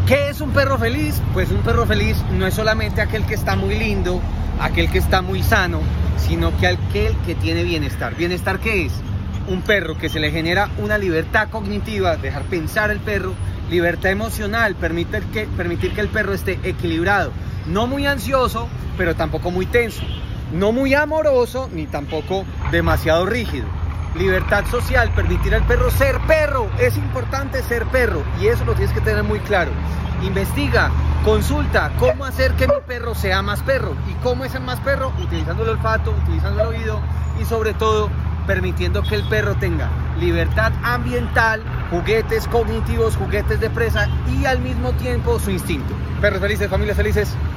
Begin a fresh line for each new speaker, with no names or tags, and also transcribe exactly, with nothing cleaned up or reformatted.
¿Qué es un perro feliz? Pues un perro feliz no es solamente aquel que está muy lindo, aquel que está muy sano, sino que aquel que tiene bienestar. ¿Bienestar qué es? Un perro que se le genera una libertad cognitiva, dejar pensar el perro, libertad emocional, permitir que, permitir que el perro esté equilibrado, no muy ansioso, pero tampoco muy tenso, no muy amoroso, ni tampoco demasiado rígido. Libertad social, permitir al perro ser perro, es importante ser perro y eso lo tienes que tener muy claro. Investiga, consulta cómo hacer que mi perro sea más perro. ¿Y cómo es el más perro? Utilizando el olfato, utilizando el oído y sobre todo permitiendo que el perro tenga libertad ambiental, juguetes cognitivos, juguetes de presa y al mismo tiempo su instinto. Perros felices, familias felices.